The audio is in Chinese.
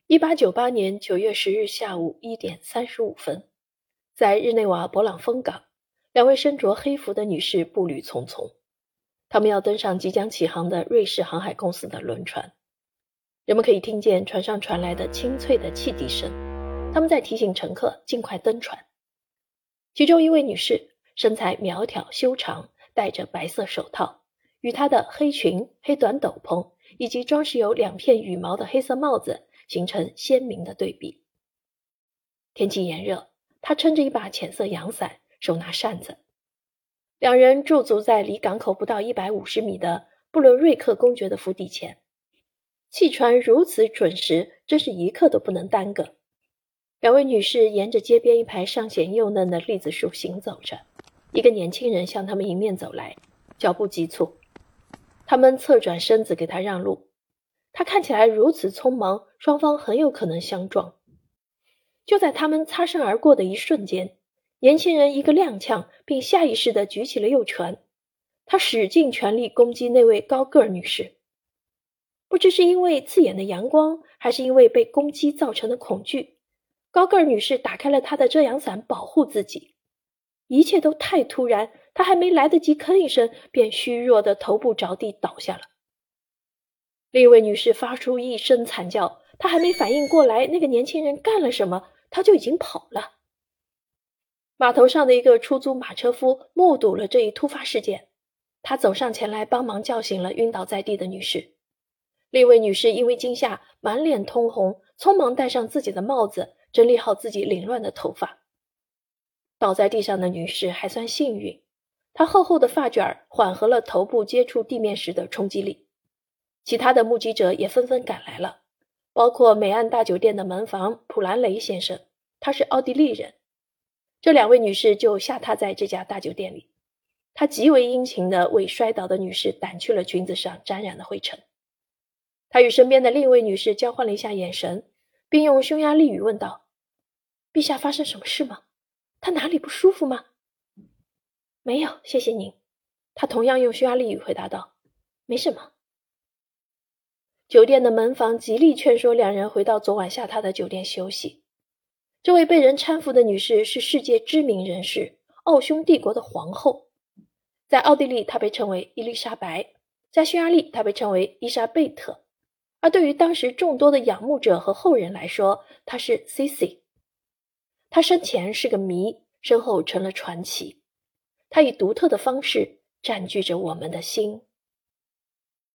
1898年9月10日下午1点35分，在日内瓦勃朗峰港，两位身着黑服的女士步履匆匆，她们要登上即将起航的瑞士航海公司的轮船。人们可以听见船上传来的清脆的汽笛声，他们在提醒乘客尽快登船。其中一位女士身材苗条修长，戴着白色手套，与她的黑裙、黑短斗篷以及装饰有2片羽毛的黑色帽子形成鲜明的对比。天气炎热，她撑着一把浅色阳伞，手拿扇子。两人驻足在离港口不到150米的布伦瑞克公爵的府邸前。汽船如此准时，真是一刻都不能耽搁。两位女士沿着街边一排尚显幼嫩的栗子树行走着，一个年轻人向他们迎面走来，脚步急促。他们侧转身子给他让路，他看起来如此匆忙，双方很有可能相撞。就在他们擦身而过的一瞬间，年轻人一个踉跄，并下意识地举起了右拳，他使尽全力攻击那位高个儿女士。不知是因为刺眼的阳光，还是因为被攻击造成的恐惧，高个儿女士打开了她的遮阳伞保护自己。一切都太突然，她还没来得及吭一声，便虚弱的头部着地倒下了。另一位女士发出一声惨叫，她还没反应过来那个年轻人干了什么，她就已经跑了。码头上的一个出租马车夫目睹了这一突发事件，他走上前来帮忙叫醒了晕倒在地的女士。另一位女士因为惊吓满脸通红，匆忙戴上自己的帽子，整理好自己凌乱的头发。倒在地上的女士还算幸运，她厚厚的发卷缓和了头部接触地面时的冲击力。其他的目击者也纷纷赶来了，包括美岸大酒店的门房普兰雷先生，他是奥地利人。这2位女士就下榻在这家大酒店里，他极为殷勤地为摔倒的女士掸去了裙子上沾染的灰尘。他与身边的另一位女士交换了一下眼神，并用匈牙利语问道：“陛下发生什么事吗？他哪里不舒服吗？”“没有，谢谢您。”他同样用匈牙利语回答道：“没什么。”酒店的门房极力劝说两人回到昨晚下榻的酒店休息。这位被人搀扶的女士是世界知名人士，奥匈帝国的皇后。在奥地利，她被称为伊丽莎白；在匈牙利，她被称为伊莎贝特。而对于当时众多的仰慕者和后人来说，她是 Sissi。 她生前是个谜，身后成了传奇。她以独特的方式占据着我们的心。